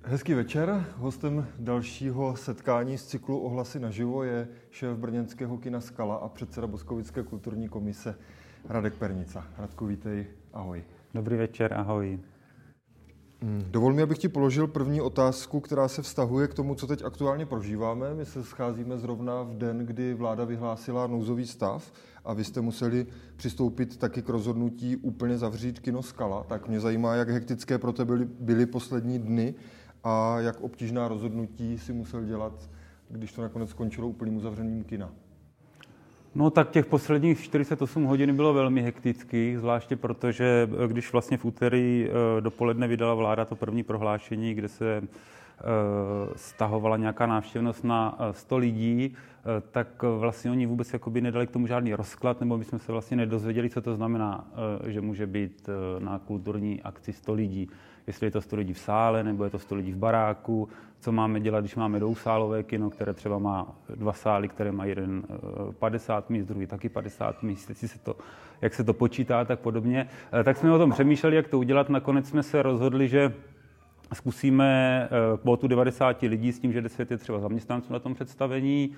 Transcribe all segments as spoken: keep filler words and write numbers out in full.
Hezký večer. Hostem dalšího setkání z cyklu Ohlasy naživo je šéf brněnského kina Skala a předseda Boskovické kulturní komise Radek Pernica. Radku, vítej, ahoj. Dobrý večer, ahoj. Dovol mi, abych ti položil první otázku, která se vztahuje k tomu, co teď aktuálně prožíváme. My se scházíme zrovna v den, kdy vláda vyhlásila nouzový stav a vy jste museli přistoupit taky k rozhodnutí úplně zavřít kino Skala. Tak mě zajímá, jak hektické pro tebe byly, byly poslední dny a jak obtížná rozhodnutí si musel dělat, když to nakonec skončilo úplným uzavřením kina. No tak těch posledních čtyřicet osm hodin bylo velmi hektických, zvláště protože když vlastně v úterý dopoledne vydala vláda to první prohlášení, kde se stahovala nějaká návštěvnost na sto lidí, tak vlastně oni vůbec jakoby nedali k tomu žádný rozklad, nebo my jsme se vlastně nedozvěděli, co to znamená, že může být na kulturní akci sto lidí. Jestli je to sto lidí v sále, nebo je to sto lidí v baráku, co máme dělat, když máme dvousálové kino, které třeba má dva sály, které má jeden padesát míst, druhý taky padesát míst, jestli se to, jak se to počítá, tak podobně. Tak jsme o tom přemýšleli, jak to udělat. Nakonec jsme se rozhodli, že zkusíme kvótu devadesát lidí s tím, že deset je třeba zaměstnanců na tom představení.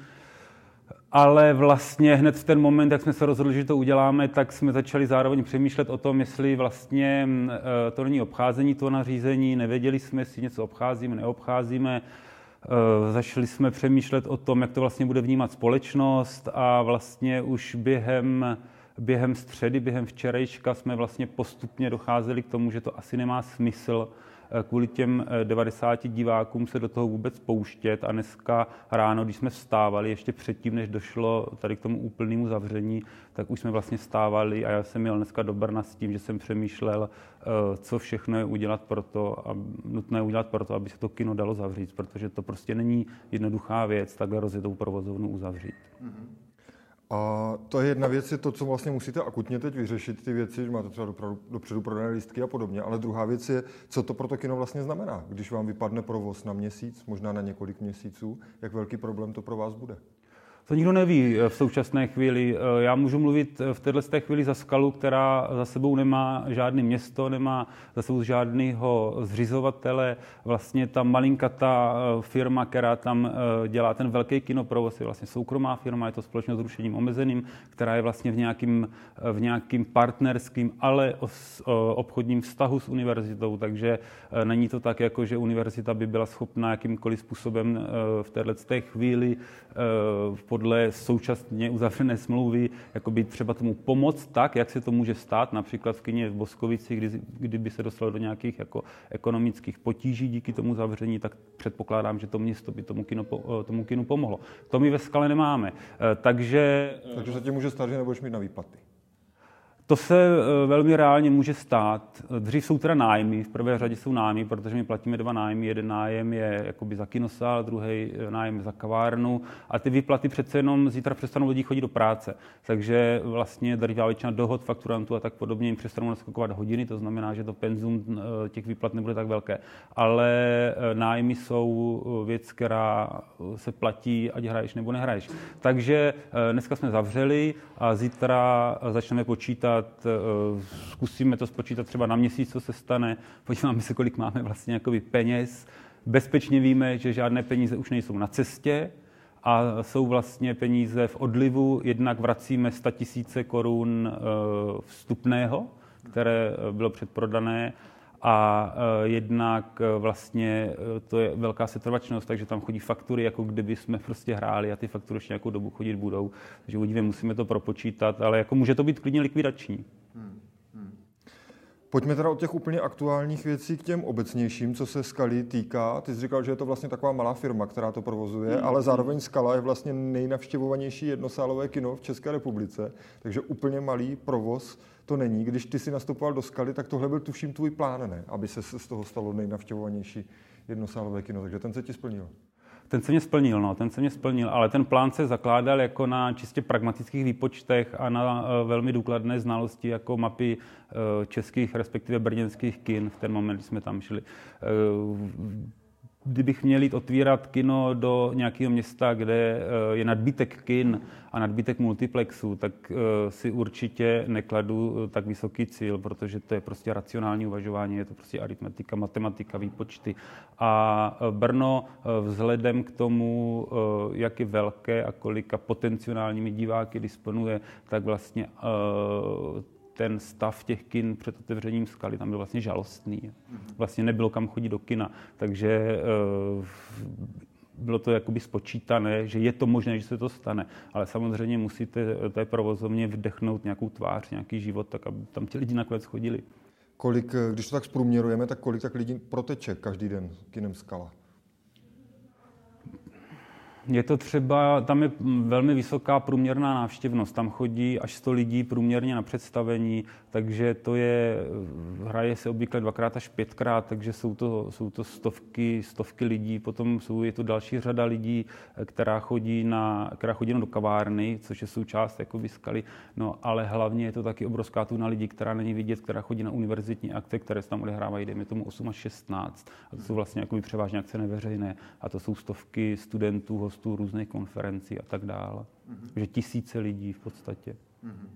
Ale vlastně hned v ten moment, jak jsme se rozhodli, že to uděláme, tak jsme začali zároveň přemýšlet o tom, jestli vlastně to není obcházení toho nařízení, nevěděli jsme, jestli něco obcházíme, neobcházíme. Začali jsme přemýšlet o tom, jak to vlastně bude vnímat společnost a vlastně už během, během středy, během včerejška jsme vlastně postupně docházeli k tomu, že to asi nemá smysl kvůli těm devadesáti divákům se do toho vůbec pouštět. A dneska ráno, když jsme vstávali, ještě předtím, než došlo tady k tomu úplnému zavření, tak už jsme vlastně vstávali a já jsem jel dneska do Brna s tím, že jsem přemýšlel, co všechno je udělat pro to, a nutné udělat pro to, aby se to kino dalo zavřít, protože to prostě není jednoduchá věc, takhle rozjetou provozovnu uzavřít. Mm-hmm. A to je jedna věc, je to, co vlastně musíte akutně teď vyřešit, ty věci, že máte třeba dopředu, dopředu prodané lístky a podobně, ale druhá věc je, co to pro to kino vlastně znamená, když vám vypadne provoz na měsíc, možná na několik měsíců, jak velký problém to pro vás bude? To nikdo neví v současné chvíli. Já můžu mluvit v této chvíli za Skalu, která za sebou nemá žádné město, nemá za sebou žádného zřizovatele. Vlastně ta malinkatá firma, která tam dělá ten velký kinoprovoz, je vlastně soukromá firma, je to společnost s ručením omezeným, která je vlastně v nějakým, v nějakým partnerským, ale obchodním vztahu s univerzitou. Takže není to tak, jako že univerzita by byla schopná jakýmkoliv způsobem v této chvíli podle současně uzavřené smlouvy jakoby třeba tomu pomoct tak, jak se to může stát, například v kině v Boskovici, kdy, kdyby se dostalo do nějakých jako ekonomických potíží díky tomu zavření, tak předpokládám, že to město by tomu kinu, tomu kinu pomohlo. To my ve Skale nemáme. Takže... Takže se ti může stát, že nebudeš mít na výplaty. To se velmi reálně může stát. Dřív jsou teda nájmy, v prvé řadě jsou nájmy, protože my platíme dva nájmy. Jeden nájem je jakoby za kinosál, druhý nájem za kavárnu a ty výplaty přece jenom zítra přestanou lidi chodit do práce. Takže vlastně drtivá většina dohod, fakturantů a tak podobně jim přestanou naskakovat hodiny, to znamená, že to penzum těch výplat nebude tak velké. Ale nájmy jsou věc, která se platí, ať hraješ nebo nehraješ. Takže dneska jsme zavřeli a zítra začneme počítat. Zkusíme to spočítat třeba na měsíc, co se stane. Podíváme se, kolik máme vlastně jakoby peněz. Bezpečně víme, že žádné peníze už nejsou na cestě a jsou vlastně peníze v odlivu. Jednak vracíme sto tisíc korun vstupného, které bylo předprodané, a jednak vlastně to je velká setrvačnost, takže tam chodí faktury, jako kdyby jsme prostě hráli a ty faktury ještě nějakou dobu chodit budou. Takže uvidíme, musíme to propočítat, ale jako může to být klidně likvidační. Hmm. Hmm. Pojďme teda od těch úplně aktuálních věcí k těm obecnějším, co se Skaly týká. Ty jsi říkal, že je to vlastně taková malá firma, která to provozuje, hmm. ale zároveň Skala je vlastně nejnavštěvovanější jednosálové kino v České republice, takže úplně malý provoz to není. Když ty si nastupoval do Skaly, tak tohle byl tuším tvůj plán, ne? Aby se z toho stalo nejnavštěvovanější jednosálové kino, takže ten se ti splnil. Ten se mě splnil, no, ten se mě splnil, ale ten plán se zakládal jako na čistě pragmatických výpočtech a na uh, velmi důkladné znalosti jako mapy uh, českých, respektive brněnských kin v ten moment, kdy jsme tam šli. Uh, kdybych měl jít otvírat kino do nějakého města, kde je nadbytek kin a nadbytek multiplexů, tak si určitě nekladu tak vysoký cíl, protože to je prostě racionální uvažování, je to prostě aritmetika, matematika, výpočty. A Brno vzhledem k tomu, jak je velké a kolika potenciálními diváky disponuje, tak vlastně ten stav těch kin před otevřením Skaly tam byl vlastně žalostný. Vlastně nebylo kam chodit do kina, takže bylo to jakoby spočítané, že je to možné, že se to stane, ale samozřejmě musíte té provozovně vdechnout nějakou tvář, nějaký život, tak aby tam ti lidi nakonec chodili. Kolik, když to tak zprůměrujeme, tak kolik tak lidí proteče každý den kinem Skala? Je to třeba, tam je velmi vysoká průměrná návštěvnost, tam chodí až sto lidí průměrně na představení, takže to je, hraje se obvykle dvakrát až pětkrát, takže jsou to, jsou to stovky, stovky lidí, potom jsou, je tu další řada lidí, která chodí, na, která chodí do kavárny, což je součást jakoby Skaly, no ale hlavně je to taky obrovská tuna lidí, která není vidět, která chodí na univerzitní akce, které se tam odehrávají, dejme tomu osm až šestnáct, a to jsou vlastně jakoby převážně akce neveřejné, a to jsou stovky studentů, hostů různých konferencí a tak dále. Mm-hmm. Takže tisíce lidí v podstatě. Mm-hmm.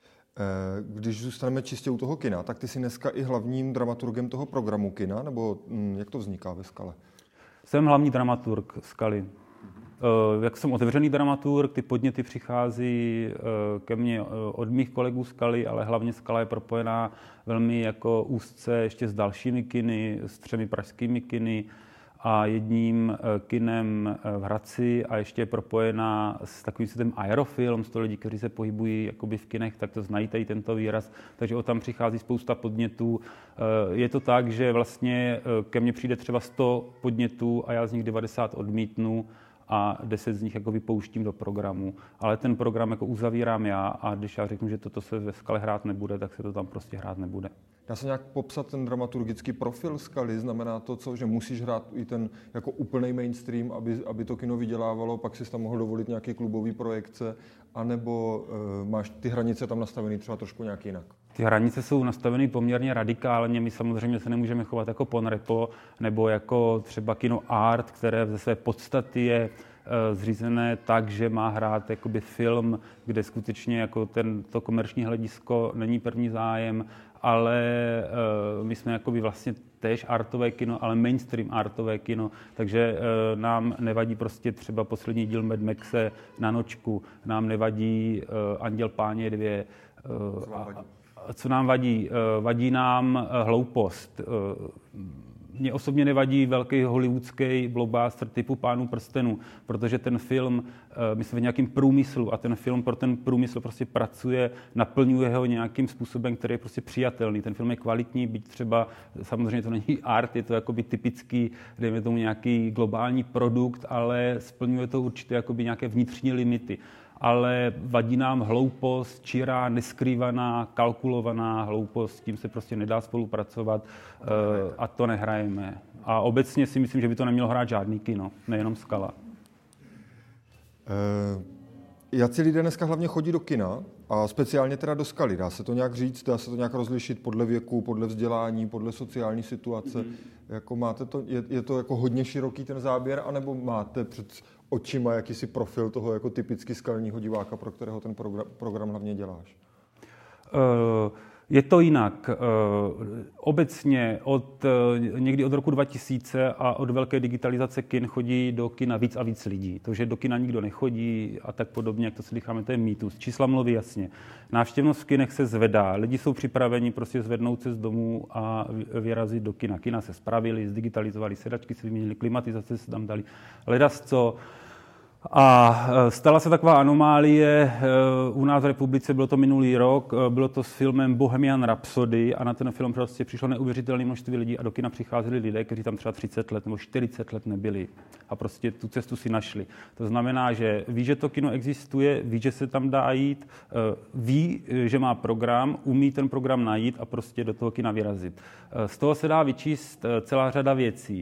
Když zůstaneme čistě u toho kina, tak ty jsi dneska i hlavním dramaturgem toho programu kina, nebo jak to vzniká ve Skale? Jsem hlavní dramaturg Skaly. Mm-hmm. Jak jsem otevřený dramaturg, ty podněty přichází ke mně od mých kolegů Skaly, ale hlavně Skala je propojená velmi jako úzce ještě s dalšími kiny, s třemi pražskými kiny, a jedním kinem v Hradci a ještě je propojená s takovým světem aerofilm, s to lidí, kteří se pohybují jakoby v kinech, tak to znají tady tento výraz, takže o tam přichází spousta podnětů. Je to tak, že vlastně ke mně přijde třeba sto podnětů a já z nich devadesát odmítnu a deset z nich jako vypouštím do programu. Ale ten program jako uzavírám já a když já řeknu, že toto se ve Skale hrát nebude, tak se to tam prostě hrát nebude. Dá se nějak popsat ten dramaturgický profil Skaly? Znamená to, co, že musíš hrát i ten jako úplný mainstream, aby, aby to kino vydělávalo, pak si tam mohl dovolit nějaké klubové projekce, anebo uh, máš ty hranice tam nastavené třeba trošku nějak jinak? Ty hranice jsou nastaveny poměrně radikálně. My samozřejmě se nemůžeme chovat jako Ponrepo nebo jako třeba kino Art, které ze své podstaty je zřízené tak, že má hrát jakoby film, kde skutečně jako ten, to komerční hledisko není první zájem, ale uh, my jsme jakoby vlastně též artové kino, ale mainstream artové kino, takže uh, nám nevadí prostě třeba poslední díl Mad Maxe na nočku, nám nevadí uh, Anděl Páně dvě. Uh, co, a, a co nám vadí? Uh, vadí nám uh, hloupost. Uh, Mně osobně nevadí velký hollywoodský blockbuster typu Pánů prstenů, protože ten film, my jsme v nějakém průmyslu a ten film pro ten průmysl prostě pracuje, naplňuje ho nějakým způsobem, který je prostě přijatelný. Ten film je kvalitní, byť třeba samozřejmě to není art, je to jakoby typický, dejme tomu nějaký globální produkt, ale splňuje to určitě jakoby nějaké vnitřní limity. Ale vadí nám hloupost, čirá, neskrývaná, kalkulovaná hloupost, s tím se prostě nedá spolupracovat a to nehrajeme. A obecně si myslím, že by to nemělo hrát žádný kino, nejenom Skala. Uh, jací lidé dneska hlavně chodí do kina a speciálně teda do Skaly? Dá se to nějak říct, dá se to nějak rozlišit podle věku, podle vzdělání, podle sociální situace? Mm-hmm. Jako máte to, je, je to jako hodně široký ten záběr, anebo máte před očima jakýsi profil toho jako typicky skalního diváka, pro kterého ten program, program hlavně děláš? Uh, je to jinak. Uh, obecně od, uh, někdy od roku dva tisíce a od velké digitalizace kin chodí do kina víc a víc lidí. To, že do kina nikdo nechodí a tak podobně, jak to slycháme, to je mýtus. Čísla mluví jasně. Návštěvnost v kinech se zvedá. Lidi jsou připraveni prostě zvednout se z domů a vyrazit do kina. Kina se spravili, zdigitalizovali, sedačky se vyměnili, klimatizace se tam dali. Ledasco. A stala se taková anomálie u nás v republice, bylo to minulý rok, bylo to s filmem Bohemian Rhapsody a na ten film prostě přišlo neuvěřitelné množství lidí a do kina přicházeli lidé, kteří tam třeba třicet let nebo čtyřicet let nebyli a prostě tu cestu si našli. To znamená, že ví, že to kino existuje, ví, že se tam dá jít, ví, že má program, umí ten program najít a prostě do toho kina vyrazit. Z toho se dá vyčíst celá řada věcí.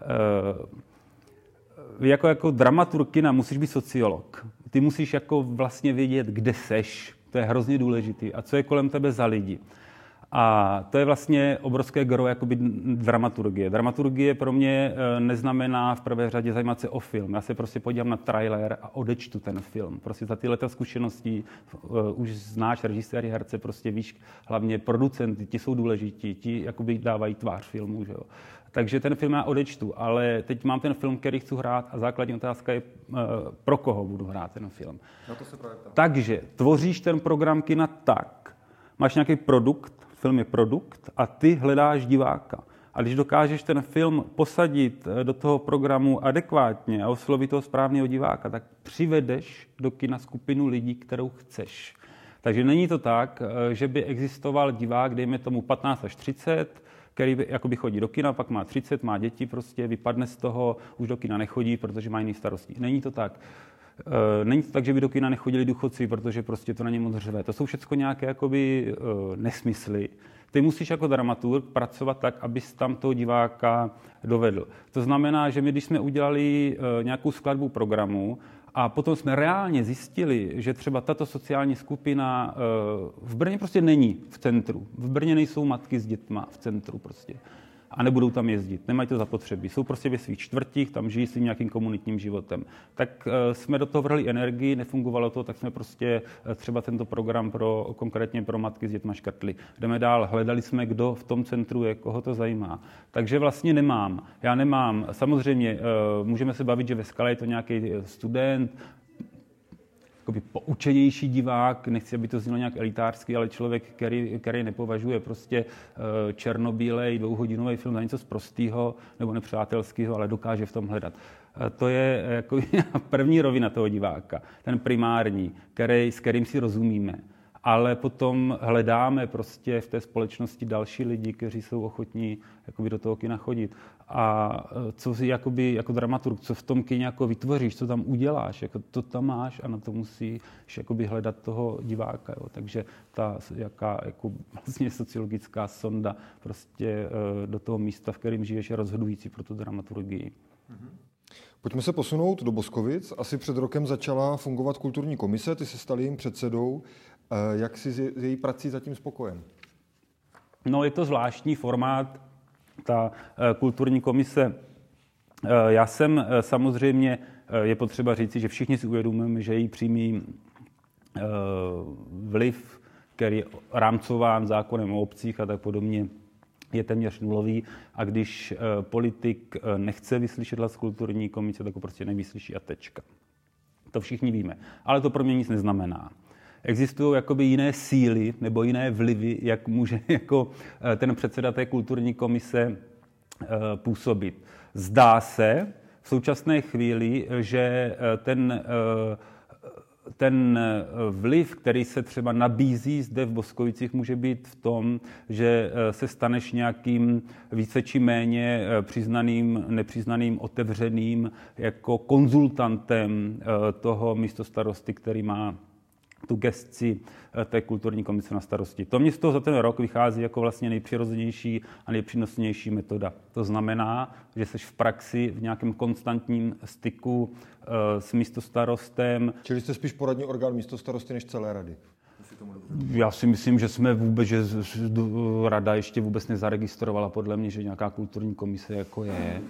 Jako, jako dramaturg kina musíš být sociolog. Ty musíš jako vlastně vědět, kde seš, to je hrozně důležitý, a co je kolem tebe za lidi. A to je vlastně obrovské gro jakoby dramaturgie. Dramaturgie pro mě neznamená v prvé řadě zajímat se o film. Já se prostě podívám na trailer a odečtu ten film. Prostě za tyhle zkušenosti uh, už znáš režiséry, herce, prostě víš, hlavně producenty, ti jsou důležití, ti jakoby dávají tvář filmu, že jo. Takže ten film já odečtu, ale teď mám ten film, který chci hrát a základní otázka je, uh, pro koho budu hrát ten film. Na to se právě ptám. Takže tvoříš ten program kina tak, máš nějaký produkt, film je produkt a ty hledáš diváka. A když dokážeš ten film posadit do toho programu adekvátně a oslovit toho správného diváka, tak přivedeš do kina skupinu lidí, kterou chceš. Takže není to tak, že by existoval divák, dejme tomu patnáct až třicet, který jakoby chodí do kina, pak má třicet, má děti, prostě vypadne z toho, už do kina nechodí, protože má jiný starosti. Není to tak. Není to tak, že by do kina nechodili důchodci, protože prostě to na ně moc řve. To jsou všechno nějaké jakoby nesmysly. Ty musíš jako dramaturg pracovat tak, abys tam toho diváka dovedl. To znamená, že my, když jsme udělali nějakou skladbu programu a potom jsme reálně zjistili, že třeba tato sociální skupina v Brně prostě není v centru. V Brně nejsou matky s dětma v centru prostě. A nebudou tam jezdit, nemají to zapotřebí. Jsou prostě ve svých čtvrtích, tam žijí svým nějakým komunitním životem. Tak uh, jsme do toho vrhli energii, nefungovalo to, tak jsme prostě uh, třeba tento program pro, konkrétně pro matky s dětma škrtli. Jdeme dál, hledali jsme, kdo v tom centru je, koho to zajímá. Takže vlastně nemám. Já nemám, samozřejmě uh, můžeme se bavit, že ve Skale je to nějaký student, jakoby poučenější divák, nechci, aby to znělo nějak elitářsky, ale člověk, který, který nepovažuje prostě černobílej dvouhodinový film za něco sprostýho nebo nepřátelského, ale dokáže v tom hledat. To je jako první rovina toho diváka, ten primární, který, s kterým si rozumíme. Ale potom hledáme prostě v té společnosti další lidi, kteří jsou ochotní jakoby do toho kina chodit. A co si jakoby, jako dramaturg, co v tom kině jako vytvoříš, co tam uděláš, jako to tam máš a na to musíš jakoby hledat toho diváka. Jo. Takže ta jaká jako vlastně sociologická sonda prostě do toho místa, v kterém žiješ, je rozhodující pro tu dramaturgii. Pojďme se posunout do Boskovic. Asi před rokem začala fungovat kulturní komise, ty se stali jim předsedou. Jak jsi s její prací zatím spokojen? No, je to zvláštní formát, ta kulturní komise. Já jsem samozřejmě, je potřeba říci, že všichni si uvědomujeme, že její přímý vliv, který je rámcován zákonem o obcích a tak podobně, je téměř nulový. A když politik nechce vyslyšet hlas kulturní komise, tak ho prostě nevyslyší a tečka. To všichni víme. Ale to pro mě nic neznamená. Existují jakoby jiné síly nebo jiné vlivy, jak může jako ten předseda té kulturní komise působit. Zdá se v současné chvíli, že ten, ten vliv, který se třeba nabízí zde v Boskovicích, může být v tom, že se staneš nějakým více či méně přiznaným, nepřiznaným, otevřeným jako konzultantem toho místostarosty, který má tu gesci té kulturní komise na starosti. To mě z toho za ten rok vychází jako vlastně nejpřirozenější a nejpřínosnější metoda. To znamená, že jsi v praxi v nějakém konstantním styku uh, s místostarostem. Čili jste spíš poradní orgán místostarosty než celé rady? Já si myslím, že jsme vůbec, že rada ještě vůbec nezaregistrovala podle mě, že nějaká kulturní komise jako je.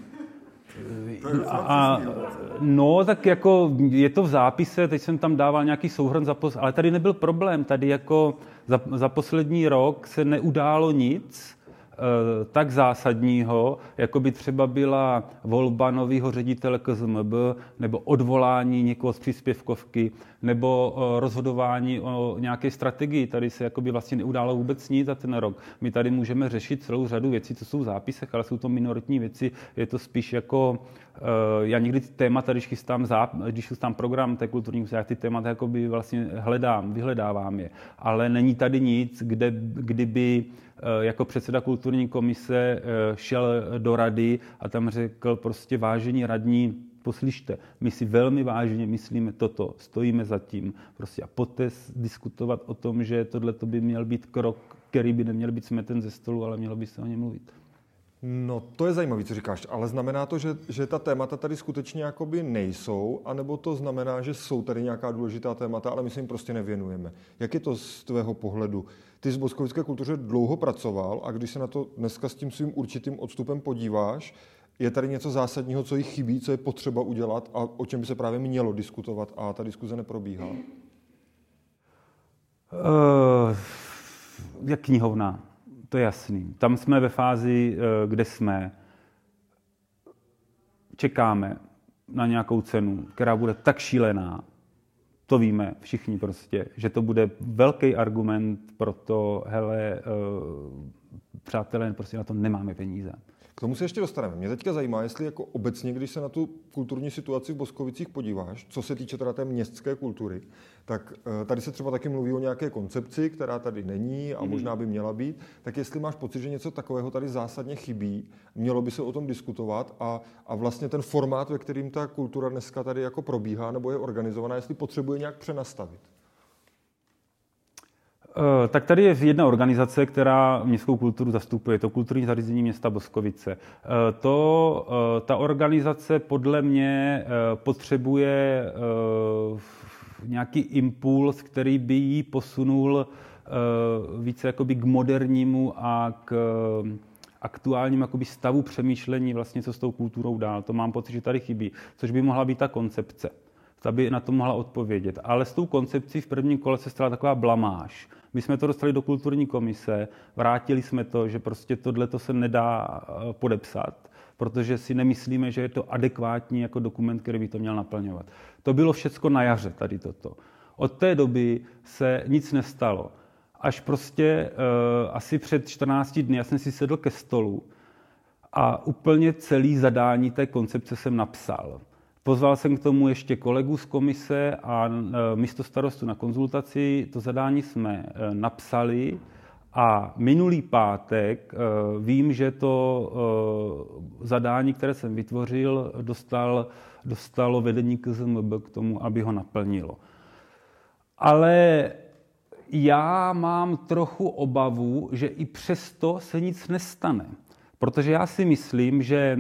A, no, tak jako je to v zápise, teď jsem tam dával nějaký souhrn, za pos, ale tady nebyl problém, tady jako za, za poslední rok se neudálo nic e, tak zásadního, jako by třeba byla volba nového ředitele K Z M B, nebo odvolání někoho z příspěvkovky, nebo e, rozhodování o nějaké strategii. Tady se jako by vlastně neudálo vůbec nic za ten rok. My tady můžeme řešit celou řadu věcí, co jsou v zápisech, ale jsou to minoritní věci. Je to spíš jako, e, já někdy ty témata, když chystám, záp, když chystám program té kulturní musea, ty témata jako by vlastně hledám, vyhledávám je. Ale není tady nic, kde, kdyby e, jako předseda kulturní komise e, šel do rady a tam řekl prostě vážení radní, poslyšte, my si velmi vážně myslíme toto, stojíme za tím. Prostě a poté diskutovat o tom, že tohle by měl být krok, který by neměl být smeten ze stolu, ale mělo by se o něm mluvit. No, to je zajímavé, co říkáš, ale znamená to, že, že ta témata tady skutečně jakoby nejsou, anebo to znamená, že jsou tady nějaká důležitá témata, ale my se jim prostě nevěnujeme. Jak je to z tvého pohledu? Ty z boskovické kultuře dlouho pracoval a když se na to dneska s tím svým určitým odstupem podíváš, je tady něco zásadního, co jí chybí, co je potřeba udělat a o čem by se právě mělo diskutovat a ta diskuze neprobíhá? Uh, jak knihovna. To je jasný. Tam jsme ve fázi, kde jsme. Čekáme na nějakou cenu, která bude tak šílená, to víme všichni prostě, že to bude velký argument pro to, hele, přátelé, prostě na to nemáme peníze. K tomu se ještě dostaneme. Mě teďka zajímá, jestli jako obecně, když se na tu kulturní situaci v Boskovicích podíváš, co se týče teda té městské kultury, tak tady se třeba taky mluví o nějaké koncepci, která tady není a možná by měla být. Tak jestli máš pocit, že něco takového tady zásadně chybí, mělo by se o tom diskutovat a, a vlastně ten formát, ve kterým ta kultura dneska tady jako probíhá nebo je organizovaná, jestli potřebuje nějak přenastavit. Tak tady je jedna organizace, která městskou kulturu zastupuje, to kulturní zařízení města Boskovice. To, ta organizace podle mě potřebuje nějaký impuls, který by ji posunul více jakoby k modernímu a k aktuálním jakoby stavu přemýšlení, vlastně, co s tou kulturou dál. To mám pocit, že tady chybí, což by mohla být ta koncepce. Ta by na to mohla odpovědět. Ale s tou koncepcí v prvním kole se stala taková blamáž. My jsme to dostali do kulturní komise, vrátili jsme to, že prostě tohleto se nedá podepsat, protože si nemyslíme, že je to adekvátní jako dokument, který by to měl naplňovat. To bylo všecko na jaře, tady toto. Od té doby se nic nestalo. Až prostě uh, asi před čtrnácti dny já jsem si sedl ke stolu a úplně celý zadání té koncepce jsem napsal. Pozval jsem k tomu ještě kolegu z komise a místostarostu na konzultaci. To zadání jsme napsali a minulý pátek vím, že to zadání, které jsem vytvořil, dostal, dostalo vedení K Z M B k tomu, aby ho naplnilo. Ale já mám trochu obavu, že i přesto se nic nestane. Protože já si myslím, že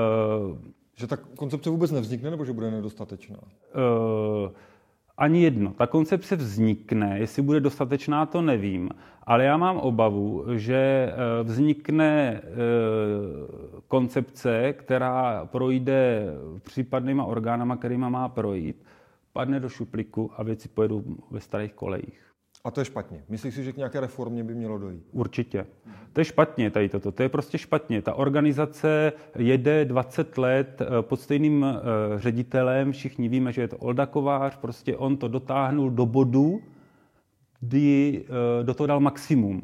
Že ta koncepce vůbec nevznikne, nebo že bude nedostatečná? Uh, ani jedno. Ta koncepce vznikne, jestli bude dostatečná, to nevím. Ale já mám obavu, že vznikne uh, koncepce, která projde případnýma orgánama, kterýma má projít, padne do šuplíku a věci pojedou ve starých kolejích. A to je špatně. Myslíš si, že k nějaké reformě by mělo dojít? Určitě. To je špatně tady toto. To je prostě špatně. Ta organizace jede dvacet let pod stejným ředitelem. Všichni víme, že je to Olda Kovář. Prostě on to dotáhnul do bodu, kdy do toho dal maximum.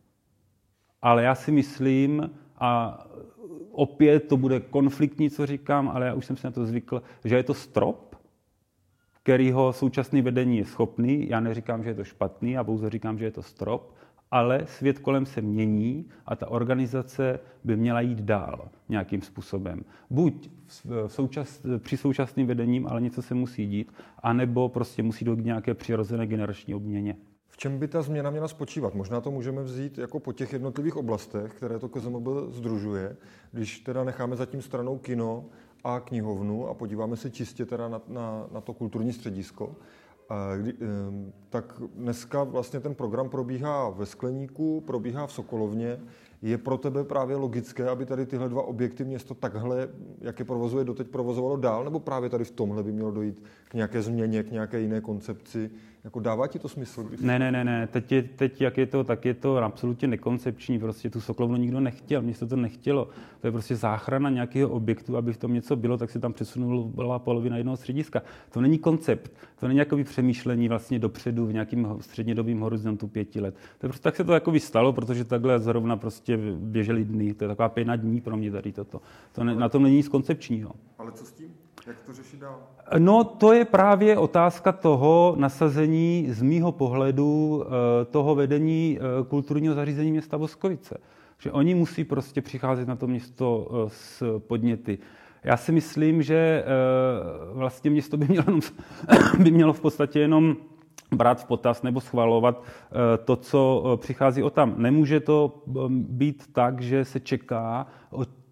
Ale já si myslím, a opět to bude konfliktní, co říkám, ale já už jsem si na to zvykl, že je to strop, kterýho současné vedení je schopný. Já neříkám, že je to špatný, já pouze říkám, že je to strop, ale svět kolem se mění a ta organizace by měla jít dál nějakým způsobem. Buď v součas, při současným vedením, ale něco se musí dít, anebo prostě musí dojít k nějaké přirozené generační obměně. V čem by ta změna měla spočívat? Možná to můžeme vzít jako po těch jednotlivých oblastech, které to K Z M B sdružuje, když teda necháme zatím stranou kino a knihovnu a podíváme se čistě teda na, na, na to kulturní středisko. Kdy, tak dneska vlastně ten program probíhá ve Skleníku, probíhá v Sokolovně. Je pro tebe právě logické, aby tady tyhle dva objekty město takhle, jak je provozuje, doteď provozovalo dál, nebo právě tady v tomhle by mělo dojít k nějaké změně, k nějaké jiné koncepci? Jako dává ti to smysl? Když... Ne, ne, ne, ne. Teď, je, teď jak je to, tak je to absolutně nekoncepční. Prostě tu Sokolovnu nikdo nechtěl, město to nechtělo. To je prostě záchrana nějakého objektu, aby v tom něco bylo, tak se tam přesunula polovina jednoho střediska. To není koncept, to není jakoby přemýšlení vlastně dopředu v nějakým střednědobým horizontu pěti let. To je prostě, tak se to jako stalo, protože takhle zrovna prostě běžely dny. To je taková pěna dní pro mě tady toto. To ne, na tom není nic koncepčního. Ale co s tím? Jak to řešit dál? No, to je právě otázka toho nasazení z mýho pohledu toho vedení kulturního zařízení města Boskovice. Že oni musí prostě přicházet na to město s podněty. Já si myslím, že vlastně město by mělo, by mělo v podstatě jenom brát v potaz nebo schvalovat to, co přichází odtam. Nemůže to být tak, že se čeká od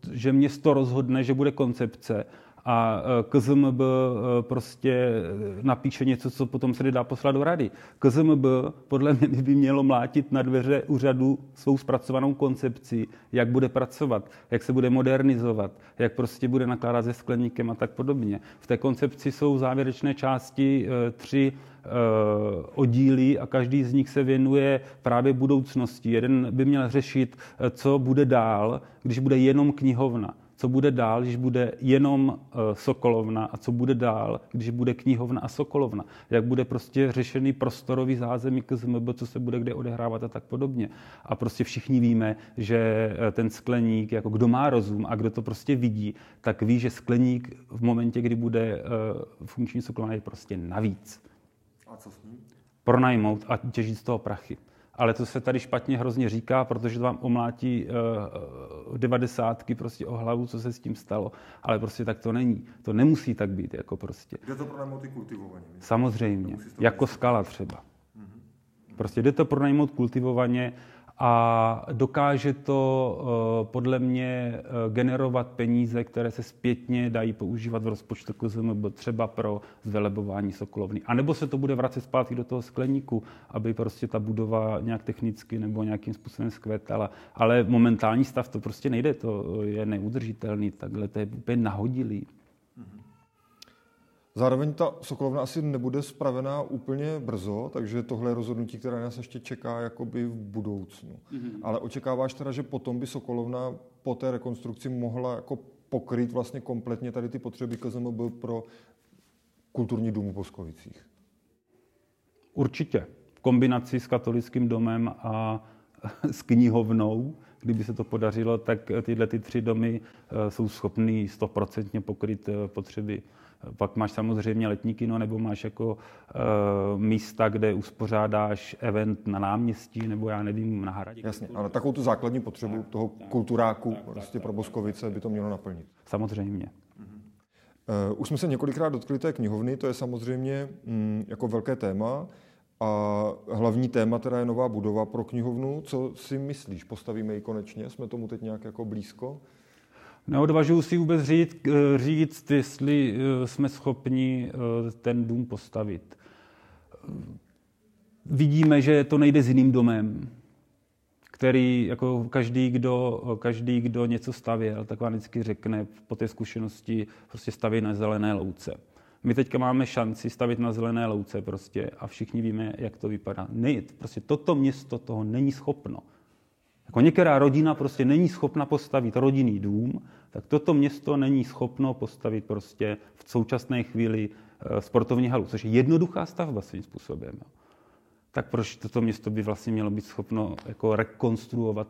že město rozhodne, že bude koncepce a K Z M B prostě napíše něco, co potom se dá poslat do rady. K Z M B podle mě by mělo mlátit na dveře úřadu svou zpracovanou koncepci, jak bude pracovat, jak se bude modernizovat, jak prostě bude nakládat se skleníkem a tak podobně. V té koncepci jsou závěrečné části tři oddíly a každý z nich se věnuje právě budoucnosti. Jeden by měl řešit, co bude dál, když bude jenom knihovna. Co bude dál, když bude jenom sokolovna a co bude dál, když bude knihovna a sokolovna. Jak bude prostě řešený prostorový zázemí K Z M B, co se bude kde odehrávat a tak podobně. A prostě všichni víme, že ten skleník, jako kdo má rozum a kdo to prostě vidí, tak ví, že skleník v momentě, kdy bude funkční sokolovna, je prostě navíc. A co s ním? Pronajmout a těžit z toho prachy. Ale to se tady špatně hrozně říká, protože to vám omlátí uh, devadesátky prostě o hlavu, co se s tím stalo. Ale prostě tak to není. To nemusí tak být, jako prostě. Jde to pronajmout i kultivovaně? Samozřejmě. Jako skala třeba. Mm-hmm. Prostě jde to pronajmout kultivovaně a dokáže to uh, podle mě uh, generovat peníze, které se zpětně dají používat v rozpočtu K Z M B třeba pro zvelebování sokolovny. A nebo se to bude vracet zpátky do toho skleníku, aby prostě ta budova nějak technicky nebo nějakým způsobem zkvétala. Ale momentální stav to prostě nejde, to je neudržitelný, takhle to je úplně nahodilý. Zároveň ta sokolovna asi nebude spravená úplně brzo, takže tohle je rozhodnutí, které nás ještě čeká jakoby v budoucnu. Mm-hmm. Ale očekáváš teda, že potom by sokolovna po té rekonstrukci mohla jako pokryt vlastně kompletně tady ty potřeby K Z M B pro kulturní dům v Boskovicích? Určitě. V kombinaci s katolickým domem a s knihovnou, kdyby se to podařilo, tak tyhle ty tři domy jsou schopný stoprocentně pokryt potřeby. Pak máš samozřejmě letní kino, nebo máš jako uh, místa, kde uspořádáš event na náměstí, nebo já nevím, na hradě. Jasně, ale takovou tu základní potřebu tak, toho tak, kulturáku tak, prostě tak, pro Boskovice by to mělo naplnit. Samozřejmě. Uh, už jsme se několikrát dotkli té knihovny, to je samozřejmě mm, jako velké téma. A hlavní téma teda je nová budova pro knihovnu. Co si myslíš? Postavíme ji konečně? Jsme tomu teď nějak jako blízko? Neodvažuji si vůbec říct, říct, jestli jsme schopni ten dům postavit. Vidíme, že to nejde s jiným domem, který jako každý, kdo, každý, kdo něco stavěl, tak vám vždycky řekne po té zkušenosti prostě stavět na zelené louce. My teďka máme šanci stavit na zelené louce prostě a všichni víme, jak to vypadá. Ne, prostě toto město toho není schopno. Jako některá rodina prostě není schopna postavit rodinný dům, tak toto město není schopno postavit prostě v současné chvíli sportovní halu, což je jednoduchá stavba svým způsobem. Jo. Tak proč toto město by vlastně mělo být schopno jako rekonstruovat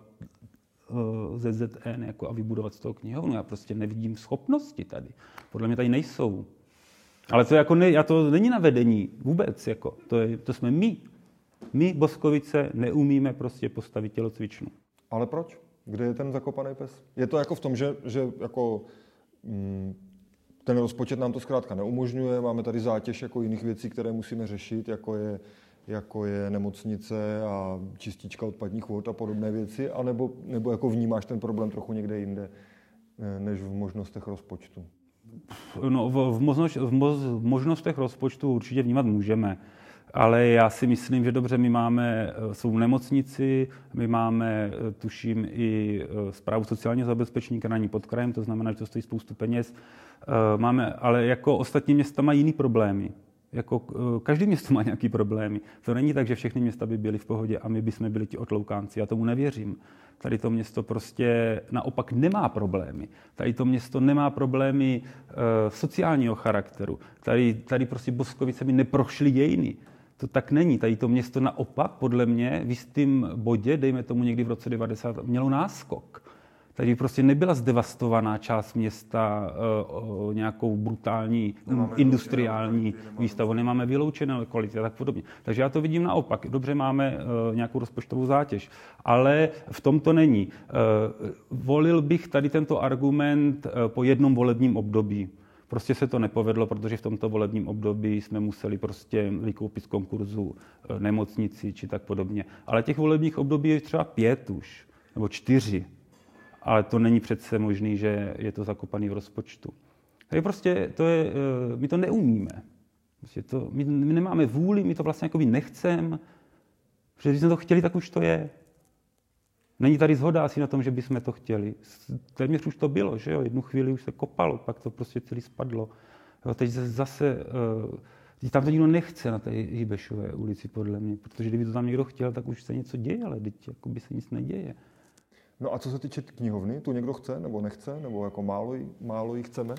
uh, Z Z N jako a vybudovat z toho knihovnu? Já prostě nevidím schopnosti tady. Podle mě tady nejsou. Ale to, jako ne, já to není na vedení vůbec. Jako. To, je, to jsme my. My, Boskovice, neumíme prostě postavit tělocvičnu. Ale proč? Kde je ten zakopaný pes? Je to jako v tom, že, že jako, mm, ten rozpočet nám to zkrátka neumožňuje, máme tady zátěž jako jiných věcí, které musíme řešit, jako je, jako je nemocnice a čistička odpadních vod a podobné věci, anebo, nebo jako vnímáš ten problém trochu někde jinde, než v možnostech rozpočtu? No, v, v, možnost, v, mož, v možnostech rozpočtu určitě vnímat můžeme. Ale já si myslím, že dobře, my máme svou nemocnici, my máme, tuším, i správu sociálního zabezpečení, která není pod krajem, to znamená, že to stojí spoustu peněz. Máme, ale jako ostatní města mají jiný problémy. Jako každý město má nějaký problémy. To není tak, že všechny města by byly v pohodě a my bychom byli ti otloukánci. Já tomu nevěřím. Tady to město prostě naopak nemá problémy. Tady to město nemá problémy uh, sociálního charakteru. Tady, tady prostě Boskovice by neprošly dějiny. To tak není. Tady to město naopak, podle mě, v jistém bodě, dejme tomu někdy v roce devadesát, mělo náskok. Tady prostě nebyla zdevastovaná část města o, o nějakou brutální nemáme industriální výstavu. Nemáme vyloučené lokality a tak podobně. Takže já to vidím naopak. Dobře, máme uh, nějakou rozpočtovou zátěž, ale v tom to není. Uh, volil bych tady tento argument uh, po jednom volebním období. Prostě se to nepovedlo, protože v tomto volebním období jsme museli prostě vykoupit z konkurzu nemocnici či tak podobně. Ale těch volebních období je třeba pět už, nebo čtyři. ale to není přece možný, že je to zakopaný v rozpočtu. Takže prostě to je, my to neumíme. Prostě to, my, my nemáme vůli, my to vlastně jakoby nechceme, protože když jsme to chtěli, tak už to je. Není tady shoda asi na tom, že bychom to chtěli. Téměř už to bylo, že jo? Jednu chvíli už se kopalo, pak to prostě celý spadlo. Jo, teď zase, teď tam to nikdo nechce na té Hybešové ulici, podle mě, protože kdyby to tam někdo chtěl, tak už se něco děje, ale teď jakoby se nic neděje. No a co se týče knihovny, tu někdo chce nebo nechce, nebo jako málo, málo jí chceme?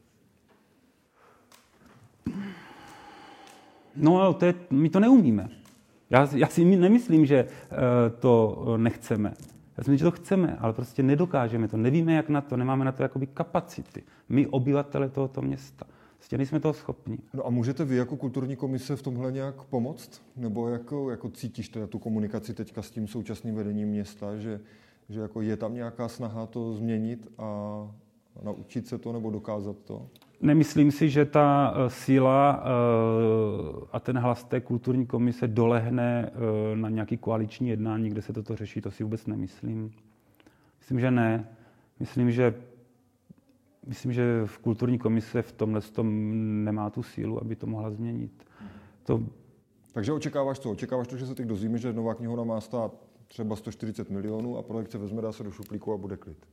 No ale to je, my to neumíme. Já, já si nemyslím, že uh, to nechceme. Já si myslím, že to chceme, ale prostě nedokážeme to. Nevíme, jak na to, nemáme na to jakoby kapacity. My, obyvatele tohoto města. Prostě nejsme toho schopni. No a můžete vy jako kulturní komise v tomhle nějak pomoct? Nebo jako, jako cítíš teda tu komunikaci teďka s tím současným vedením města, že, že jako je tam nějaká snaha to změnit a naučit se to nebo dokázat to? Nemyslím si, že ta síla a ten hlas té kulturní komise dolehne na nějaký koaliční jednání, kde se toto řeší. To si vůbec nemyslím. Myslím, že ne. Myslím, že, myslím, že v kulturní komise v tomhle tom nemá tu sílu, aby to mohla změnit. To... Takže očekáváš co? Očekáváš to, že se teď dozvíme, že nová knihovna má stát třeba sto čtyřicet milionů a projekt se vezme, dá se do šuplíku a bude klid?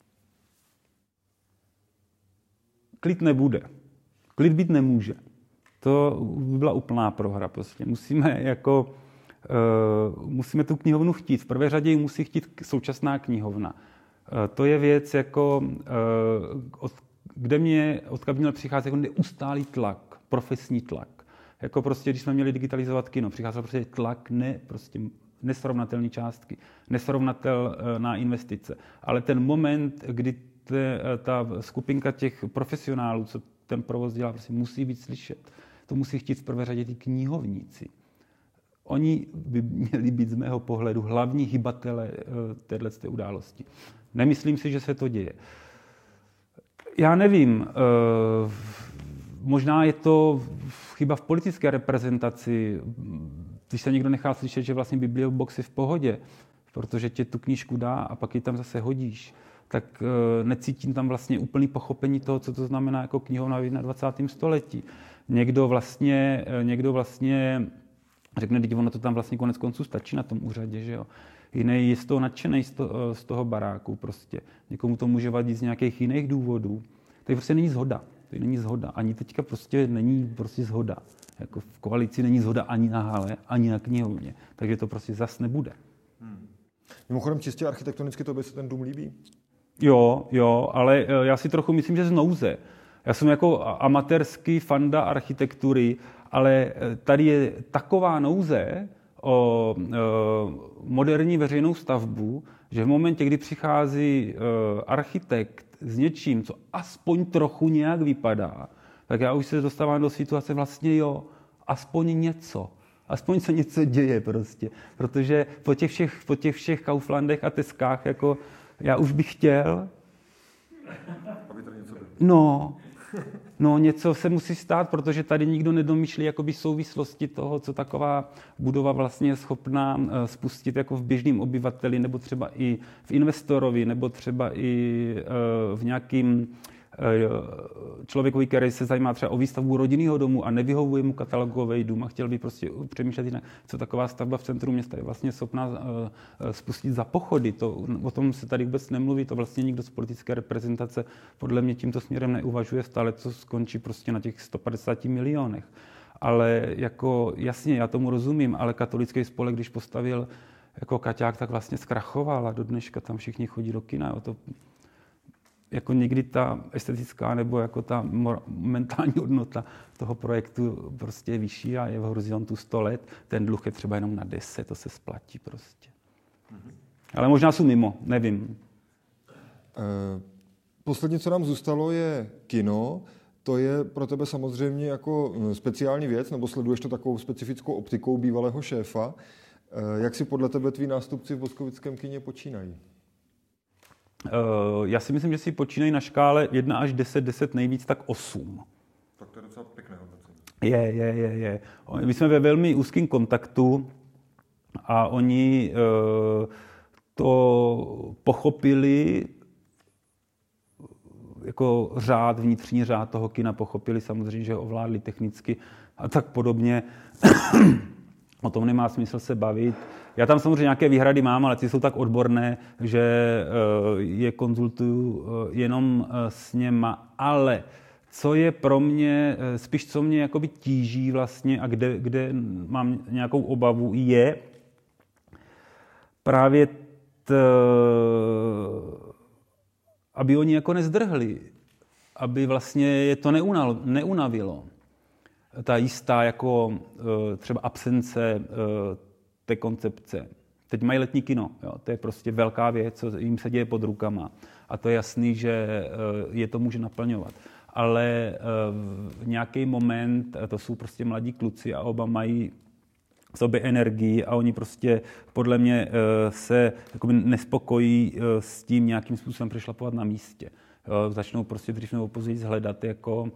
Klid nebude. Klid být nemůže. To by byla úplná prohra prostě. Musíme jako, uh, musíme tu knihovnu chtít. V prvé řadě ji musí chtít současná knihovna. Uh, to je věc, jako, uh, od, kde mě, odkud měl přicházet jako neustálý tlak, profesní tlak. Jako prostě, když jsme měli digitalizovat kino, přicházel prostě tlak, ne, prostě nesrovnatelné částky, nesrovnatelná investice. Ale ten moment, kdy ta skupinka těch profesionálů, co ten provoz dělá, prostě musí být slyšet. To musí chtít v prvé řadě ty knihovníci. Oni by měli být z mého pohledu hlavní hybatele této události. Nemyslím si, že se to děje. Já nevím, možná je to chyba v politické reprezentaci, když se někdo nechá slyšet, že vlastně Bibliobox je v pohodě, protože tě tu knížku dá a pak ji tam zase hodíš, tak necítím tam vlastně úplný pochopení toho, co to znamená jako knihovna v dvacátém prvním století. Někdo vlastně, někdo vlastně řekne, že ono to tam vlastně konec konců stačí na tom úřadě, že jo. Jiný je z toho nadšený z toho, z toho baráku prostě. Někomu to může vadit z nějakých jiných důvodů. Tady prostě není shoda. Tady není shoda. Ani teďka prostě není prostě shoda. Jako v koalici není shoda ani na hale, ani na knihovně. Takže to prostě zas nebude. Hmm. Mimochodem čistě architektonicky tobě se ten dům líbí? Jo, jo, ale já si trochu myslím, že z nouze. Já jsem jako amatérský fanda architektury, ale tady je taková nouze o moderní veřejnou stavbu, že v momentě, kdy přichází architekt s něčím, co aspoň trochu nějak vypadá, tak já už se dostávám do situace vlastně jo, aspoň něco. Aspoň se něco děje prostě. Protože po těch všech, po těch všech Kauflandech a Teskách jako já už bych chtěl. Aby to něco bylo. No, no, něco se musí stát, protože tady nikdo nedomýšlí jakoby souvislosti toho, co taková budova vlastně je schopná spustit jako v běžném obyvateli, nebo třeba i v investorovi, nebo třeba i v nějakým člověkovi, který se zajímá třeba o výstavbu rodinného domu a nevyhovuje mu katalogový dům a chtěl by prostě přemýšlet jinak, co taková stavba v centru města je vlastně schopná spustit za pochody. To, o tom se tady vůbec nemluví, to vlastně nikdo z politické reprezentace podle mě tímto směrem neuvažuje, stále to skončí prostě na těch sto padesáti milionech. Ale jako jasně, já tomu rozumím, ale katolický spolek, když postavil jako Kaťák, tak vlastně zkrachoval a do dneška tam všichni chodí do kina. O to, jako někdy ta estetická nebo jako ta mentální hodnota toho projektu prostě je vyšší a je v horizontu sto let. Ten dluh je třeba jenom na deset, to se splatí prostě. Mm-hmm. Ale možná jsou mimo, nevím. E, poslední, co nám zůstalo, je kino. To je pro tebe samozřejmě jako speciální věc, nebo sleduješ to takovou specifickou optikou bývalého šéfa. E, jak si podle tebe tví nástupci v boskovickém kině počínají? Uh, já si myslím, že si počínají na škále jedna až deset, deset nejvíc, tak osm. Tak to je docela pěkné hodnocení. Je, je, je, je. My jsme ve velmi úzkém kontaktu a oni uh, to pochopili, jako řád, vnitřní řád toho kina pochopili, samozřejmě, že ho ovládli technicky a tak podobně. O tom nemá smysl se bavit. Já tam samozřejmě nějaké výhrady mám, ale ty jsou tak odborné, že je konzultuju jenom s něma. Ale co je pro mě, spíš co mě jakoby tíží vlastně a kde, kde mám nějakou obavu, je právě t, aby oni jako nezdrhli, aby vlastně je to neunavilo. Ta jistá jako třeba absence té koncepce. Teď mají letní kino, jo, to je prostě velká věc, co jim se děje pod rukama. A to je jasný, že je to může naplňovat. Ale v nějaký moment, to jsou prostě mladí kluci a oba mají v sobě energii a oni prostě podle mě se jakoby nespokojí s tím nějakým způsobem přešlapovat na místě. Začnou prostě dřív nebo později hledat, jako,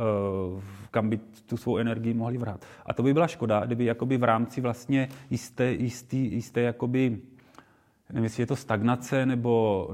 kam by tu svou energii mohli vrát. A to by byla škoda, kdyby jakoby v rámci vlastně jisté, jistý, jisté jakoby, nevím, jestli je to stagnace, nebo,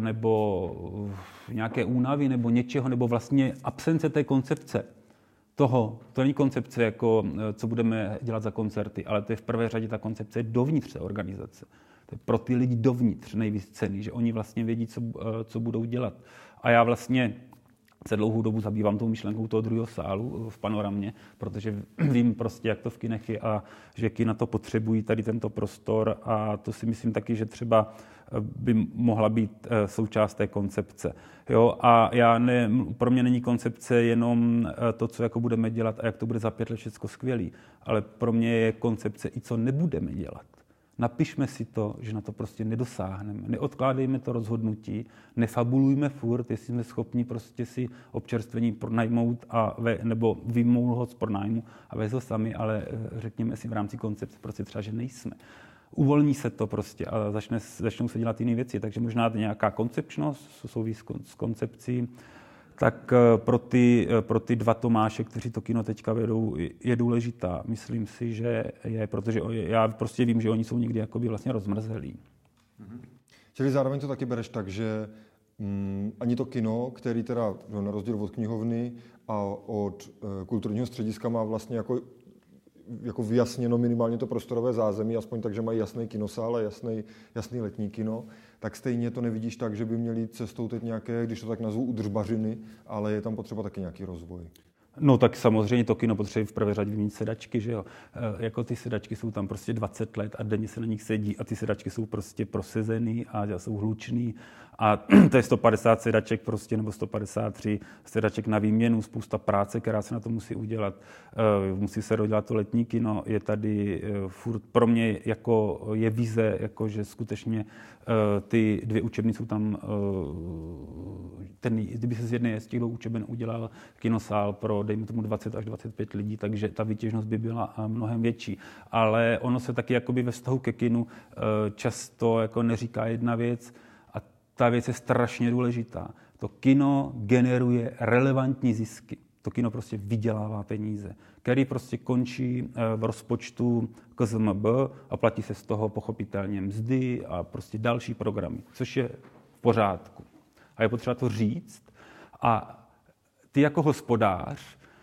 nebo nějaké únavy, nebo něčeho, nebo vlastně absence té koncepce. Toho, to není koncepce, jako, co budeme dělat za koncerty, ale to je v prvé řadě ta koncepce dovnitř té organizace. To je pro ty lidi dovnitř nejvíc cenný, že oni vlastně vědí, co, co budou dělat. A já vlastně se dlouhou dobu zabývám tou myšlenkou toho druhého sálu v Panoramě, protože vím prostě, jak to v kinech je a že kina to potřebují, tady tento prostor a to si myslím taky, že třeba by mohla být součást té koncepce. Jo? A já ne, pro mě není koncepce jenom to, co jako budeme dělat a jak to bude za pět let všechno skvělý, ale pro mě je koncepce i co nebudeme dělat. Napišme si to, že na to prostě nedosáhneme. Neodkládejme to rozhodnutí, nefabulujme furt, jestli jsme schopni prostě si občerstvení pronajmout a ve, nebo vyjmout ho z pronájmu a vést ho sami, ale řekněme si v rámci koncepce prostě třeba, že nejsme. Uvolní se to prostě a začne, začnou se dělat jiné věci, takže možná nějaká koncepčnost souvisí s koncepcí, tak pro ty, pro ty dva Tomáše, kteří to kino teďka vedou, je důležitá. Myslím si, že je, protože já prostě vím, že oni jsou někdy jakoby vlastně rozmrzelí. Mm-hmm. Čili zároveň to taky bereš tak, že mm, ani to kino, který teda na rozdíl od knihovny a od e, kulturního střediska má vlastně jako jako vyjasněno minimálně to prostorové zázemí, aspoň tak, že mají jasný kinosál a jasný, jasný letní kino, tak stejně to nevidíš tak, že by měli cestou teď nějaké, když to tak nazvu, udržbařiny, ale je tam potřeba taky nějaký rozvoj. No tak samozřejmě to kino potřebuje v prvé řadě vyměnit sedačky, že jo. E, jako ty sedačky jsou tam prostě dvacet let a denně se na nich sedí a ty sedačky jsou prostě prosezený a jsou hlučný. A to je sto padesát sedaček prostě, nebo sto padesát tři sedaček na výměnu, spousta práce, která se na to musí udělat. E, musí se dodělat to letní kino, je tady e, furt pro mě jako je vize, jako že skutečně e, ty dvě učebny jsou tam, e, ten, kdyby se z jedné z těch dvou učeben udělal kinosál pro, dejme tomu, dvacet až dvacet pět lidí, takže ta výtěžnost by byla mnohem větší. Ale ono se taky jakoby ve vztahu ke kinu e, často jako neříká jedna věc, ta věc je strašně důležitá. To kino generuje relevantní zisky. To kino prostě vydělává peníze, který prostě končí v rozpočtu K Z M B a platí se z toho pochopitelně mzdy a prostě další programy, což je v pořádku. A je potřeba to říct. A ty jako hospodář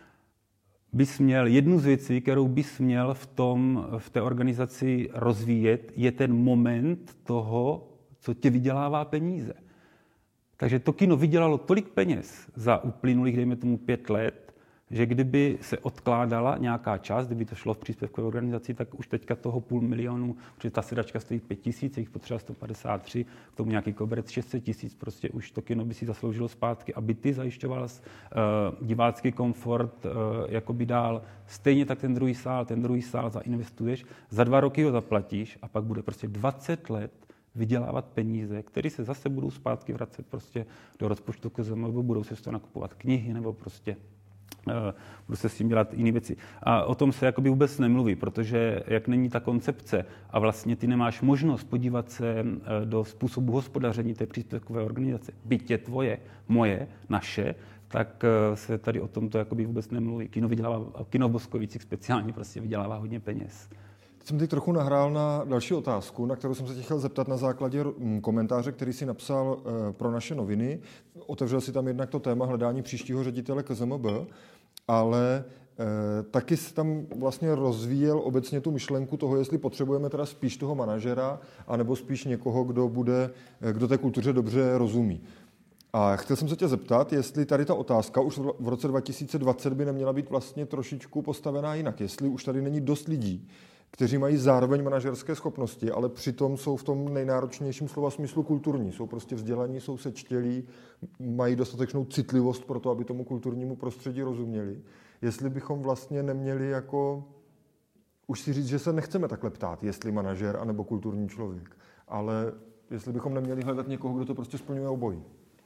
bys měl jednu z věcí, kterou bys měl v, tom, v té organizaci rozvíjet, je ten moment toho, co tě vydělává peníze. Takže to kino vydělalo tolik peněz za uplynulých, dejme tomu, pět let, že kdyby se odkládala nějaká část, kdyby to šlo v příspěvkové organizaci, tak už teďka toho půl milionu, protože ta sedačka stojí pět tisíc, jich potřeba sto padesát tři, k tomu nějaký koberec šest set tisíc, prostě už to kino by si zasloužilo zpátky, aby ty zajišťoval uh, divácký komfort uh, jakoby dál. Stejně tak ten druhý sál, ten druhý sál zainvestuješ, za dva roky ho zaplatíš a pak bude prostě dvacet let vydělávat peníze, které se zase budou zpátky vracet prostě do rozpočtu K Z M B, budou se z toho nakupovat knihy nebo prostě uh, budou se s tím dělat jiné věci. A o tom se jakoby vůbec nemluví, protože jak není ta koncepce a vlastně ty nemáš možnost podívat se uh, do způsobu hospodaření té příspěvkové organizace, byť je tvoje, moje, naše, tak uh, se tady o tomto jakoby vůbec nemluví. Kino vydělává, kino v Boskovicích speciálně prostě vydělává hodně peněz. jsem teď trochu nahrál na další otázku, na kterou jsem se tě chtěl zeptat na základě komentáře, který si napsal pro naše noviny. Otevřel si tam jednak to téma hledání příštího ředitele K Z M B, ale eh, taky si tam vlastně rozvíjel obecně tu myšlenku toho, jestli potřebujeme teda spíš toho manažera, anebo spíš někoho, kdo bude, kdo té kultuře dobře rozumí. A chtěl jsem se tě zeptat, jestli tady ta otázka už v roce dva tisíce dvacet by neměla být vlastně trošičku postavená jinak, jestli už tady není dost lidí, kteří mají zároveň manažerské schopnosti, ale přitom jsou v tom nejnáročnějším slova smyslu kulturní. Jsou prostě vzdělaní, jsou sečtělí, mají dostatečnou citlivost pro to, aby tomu kulturnímu prostředí rozuměli. Jestli bychom vlastně neměli jako už si říct, že se nechceme takhle ptát, jestli manažer anebo kulturní člověk, ale jestli bychom neměli hledat někoho, kdo to prostě splňuje obojí.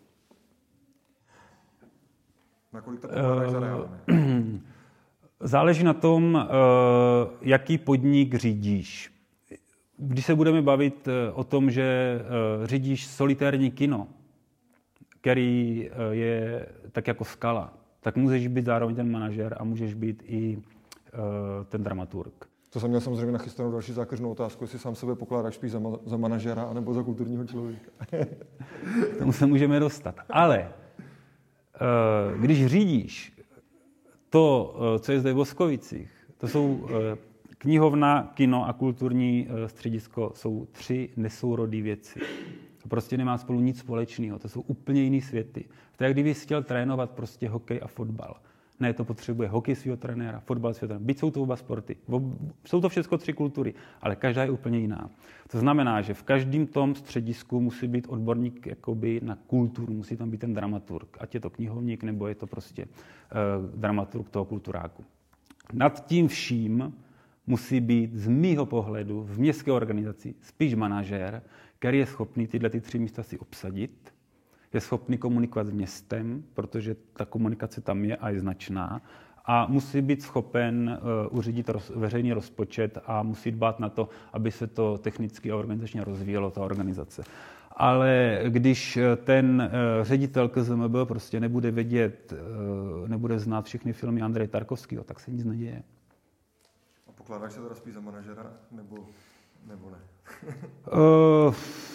Nakolik to pokládáš za reálné? Záleží na tom, jaký podnik řídíš. Když se budeme bavit o tom, že řídíš solitérní kino, který je tak jako skala, tak můžeš být zároveň ten manažer a můžeš být i ten dramaturg. To jsem měl samozřejmě nachystanou další zákeřnou otázku, jestli sám sebe pokládáš spíš za, za manažera anebo za kulturního člověka. K tomu se můžeme dostat. Ale když řídíš to, co je zde v Boskovicích, to jsou knihovna, kino a kulturní středisko, jsou tři nesourodé věci. To prostě nemá spolu nic společného, to jsou úplně jiný světy. To je, jak kdyby jsi chtěl trénovat prostě hokej a fotbal. Ne, to potřebuje hokej svého trenéra, fotbal svého trenéra. Byť jsou to oba sporty. Jsou to všechno tři kultury, ale každá je úplně jiná. To znamená, že v každém tom středisku musí být odborník jakoby na kulturu, musí tam být ten dramaturg. Ať je to knihovník, nebo je to prostě uh, dramaturg toho kulturáku. Nad tím vším musí být z mýho pohledu v městské organizaci spíš manažér, který je schopný tyhle ty tři místa si obsadit, je schopný komunikovat s městem, protože ta komunikace tam je a je značná, a musí být schopen uh, uřídit roz, veřejný rozpočet a musí dbát na to, aby se to technicky a organizačně rozvíjelo, ta organizace. Ale když ten uh, ředitel K Z M B prostě nebude vědět, uh, nebude znát všechny filmy Andreje Tarkovského, tak se nic neděje. A pokládáš se teda spíš za manažera, nebo, nebo ne? uh,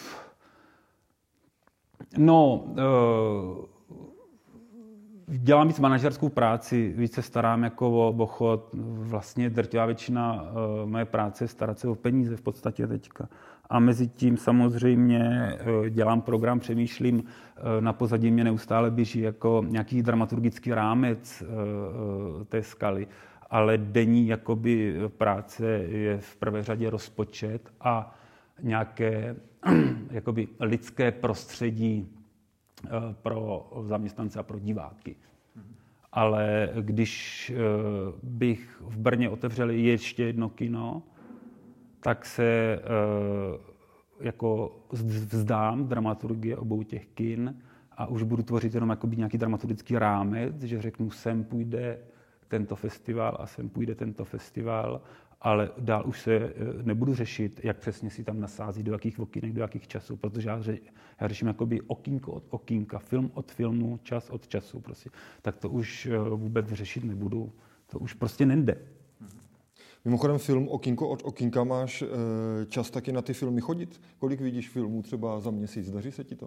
No, dělám víc manažerskou práci, víc se starám jako o obchod. Vlastně drtivá většina mé práce je starat se o peníze v podstatě teďka. A mezi tím samozřejmě dělám program, přemýšlím, na pozadí mě neustále běží jako nějaký dramaturgický rámec té skaly, ale denní jakoby práce je v prvé řadě rozpočet a nějaké jakoby lidské prostředí pro zaměstnance a pro diváky. Ale když bych v Brně otevřel ještě jedno kino, tak se jako vzdám dramaturgie obou těch kin a už budu tvořit jenom jakoby nějaký dramaturgický rámec, že řeknu, sem půjde tento festival a sem půjde tento festival, ale dál už se nebudu řešit, jak přesně si tam nasází, do jakých okýnek, do jakých časů, protože já, ře, já řeším jakoby okýnko od okýnka, film od filmu, čas od času. Prostě. Tak to už vůbec řešit nebudu. To už prostě nejde. Mimochodem film okýnko od okýnka, máš čas taky na ty filmy chodit? Kolik vidíš filmů třeba za měsíc? Daří se ti to?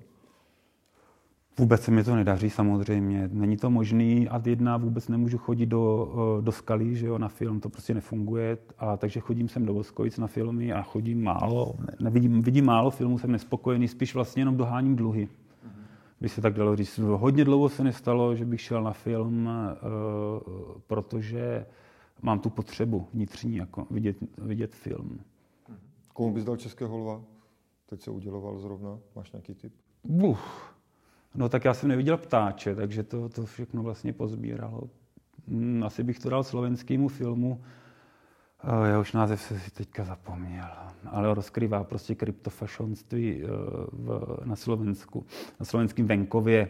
Vůbec se mi to nedaří samozřejmě. Není to možný, ad jedna vůbec nemůžu chodit do, do Skaly, že jo, na film, to prostě nefunguje. A takže chodím sem do Boskovic na filmy a chodím málo, nevidím, vidím málo filmů, jsem nespokojený, spíš vlastně jenom doháním dluhy. Mm-hmm. By se tak dalo říct. Hodně dlouho se nestalo, že bych šel na film, uh, protože mám tu potřebu vnitřní, jako vidět, vidět film. Mm-hmm. Komu bys dal Českého lva? Teď se uděloval zrovna, máš nějaký tip? Uf. No tak já jsem neviděl Ptáče, takže to, to všechno vlastně pozbíralo. Asi bych to dal slovenskému filmu, já už název se si teďka zapomněl, ale rozkrývá prostě kryptofašonství v, na Slovensku, na slovenském venkově.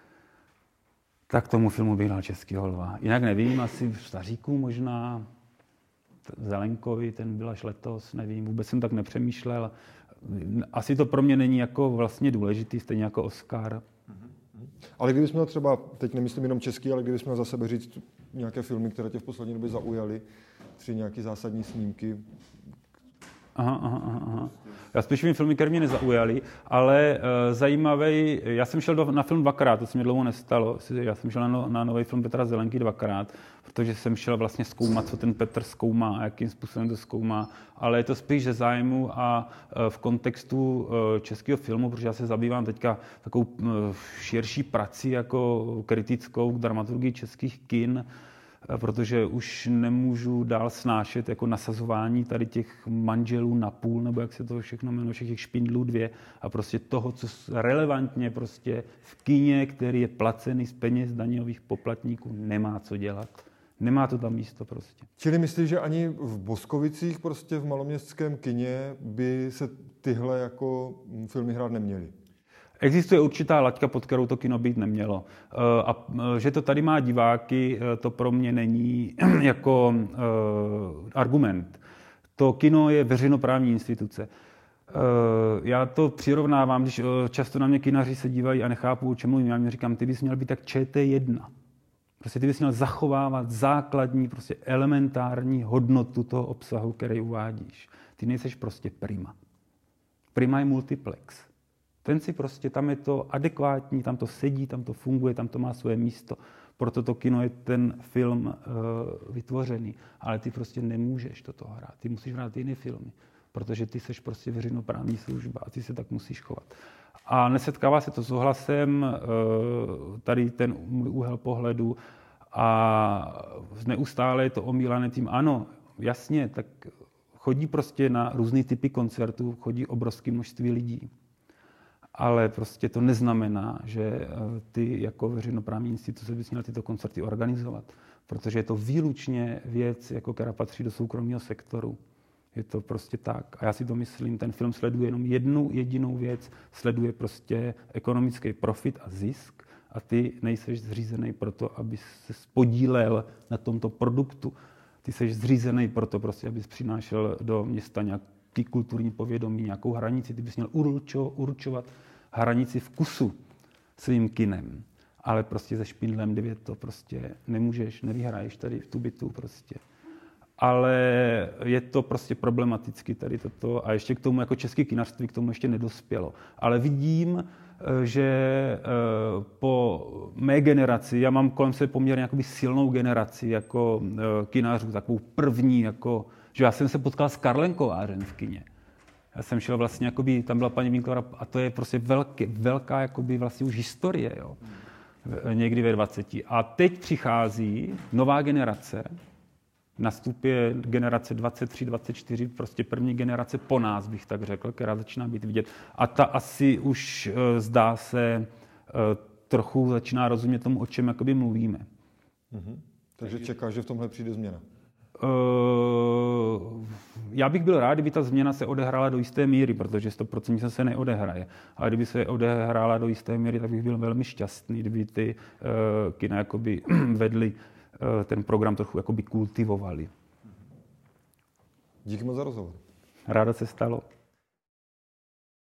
Tak tomu filmu bych dal Českého lva. Jinak nevím, asi v Staříku možná, Zelenkovi, ten byl až letos, nevím, vůbec jsem tak nepřemýšlel. Asi to pro mě není jako vlastně důležitý, stejně jako Oscar. Ale kdybys měl třeba, teď nemyslím jenom český, ale kdybys měl za sebe říct nějaké filmy, které tě v poslední době zaujaly, tři nějaké zásadní snímky, Aha, aha, aha. Já spíš vím filmy, které mě nezaujaly, ale uh, zajímavý. Já jsem šel do, na film dvakrát, to se mi dlouho nestalo. Já jsem šel na, no, na nový film Petra Zelenky dvakrát, protože jsem šel vlastně zkoumat, co ten Petr zkoumá a jakým způsobem to zkoumá. Ale je to spíš ze zájmu a uh, v kontextu uh, českého filmu, protože já se zabývám teďka takovou uh, širší prací jako kritickou k dramaturgii českých kin, protože už nemůžu dál snášet jako nasazování tady těch manželů na půl, nebo jak se to všechno jmenuje, všech těch špindlů dvě a prostě toho, co relevantně prostě v kině, který je placený z peněz daňových poplatníků, nemá co dělat. Nemá to tam místo prostě. Čili myslíš, že ani v Boskovicích, prostě v maloměstském kině, by se tyhle jako filmy hrát neměly? Existuje určitá laťka, pod kterou to kino být nemělo. A že to tady má diváky, to pro mě není jako argument. To kino je veřejnoprávní instituce. Já to přirovnávám, když často na mě kinaři se dívají a nechápou, o čem mluvím. Já mi říkám, ty bys měl být tak Č T jedna. Prostě ty bys měl zachovávat základní, prostě elementární hodnotu toho obsahu, který uvádíš. Ty nejseš prostě Prima. Prima je multiplex. Ten si prostě, tam je to adekvátní, tam to sedí, tam to funguje, tam to má své místo. Proto to kino je ten film uh, vytvořený. Ale ty prostě nemůžeš toto hrát. Ty musíš hrát jiné filmy, protože ty seš prostě veřejnoprávní služba a ty se tak musíš chovat. A nesetkává se to s ohlasem, uh, tady ten můj úhel pohledu a neustále je to omílané tím, ano, jasně, tak chodí prostě na různý typy koncertů, chodí obrovské množství lidí. Ale prostě to neznamená, že ty jako veřejnoprávní instituce bys měl tyto koncerty organizovat, protože je to výlučně věc, jako která patří do soukromého sektoru. Je to prostě tak. A já si to myslím, ten film sleduje jenom jednu jedinou věc, sleduje prostě ekonomický profit a zisk a ty nejseš zřízený proto, abys se podílel na tomto produktu. Ty jsi zřízený proto, prostě, abys přinášel do města nějaký kulturní povědomí, nějakou hranici. Ty bys měl určo, určovat hranici vkusu svým kinem. Ale prostě se Špindlem devět to prostě nemůžeš, nevyhraješ tady v tu bitvu prostě. Ale je to prostě problematicky tady toto a ještě k tomu jako české kinařství k tomu ještě nedospělo. Ale vidím, že po mé generaci, já mám kolem sebe poměrně jakoby silnou generaci jako kinařů, takovou první, jako, že já jsem se potkal s Karlem Kovářem v kině. Já jsem šel vlastně, jakoby, tam byla paní Winklerová a to je prostě velké, velká jakoby vlastně už historie, jo. Někdy ve dvaceti. A teď přichází nová generace, nastupuje generace dvacet tři, dvacet čtyři, prostě první generace po nás, bych tak řekl, která začíná být vidět. A ta asi už zdá se trochu začíná rozumět tomu, o čem jakoby mluvíme. Mm-hmm. Takže čekáš, že v tomhle přijde změna? Uh, já bych byl rád, kdyby ta změna se odehrála do jisté míry, protože sto procent se neodehraje. A kdyby se odehrála do jisté míry, tak bych byl velmi šťastný, kdyby ty uh, kina jakoby vedly uh, ten program trochu jakoby kultivovali. Díky moc za rozhovor. Ráda se stalo.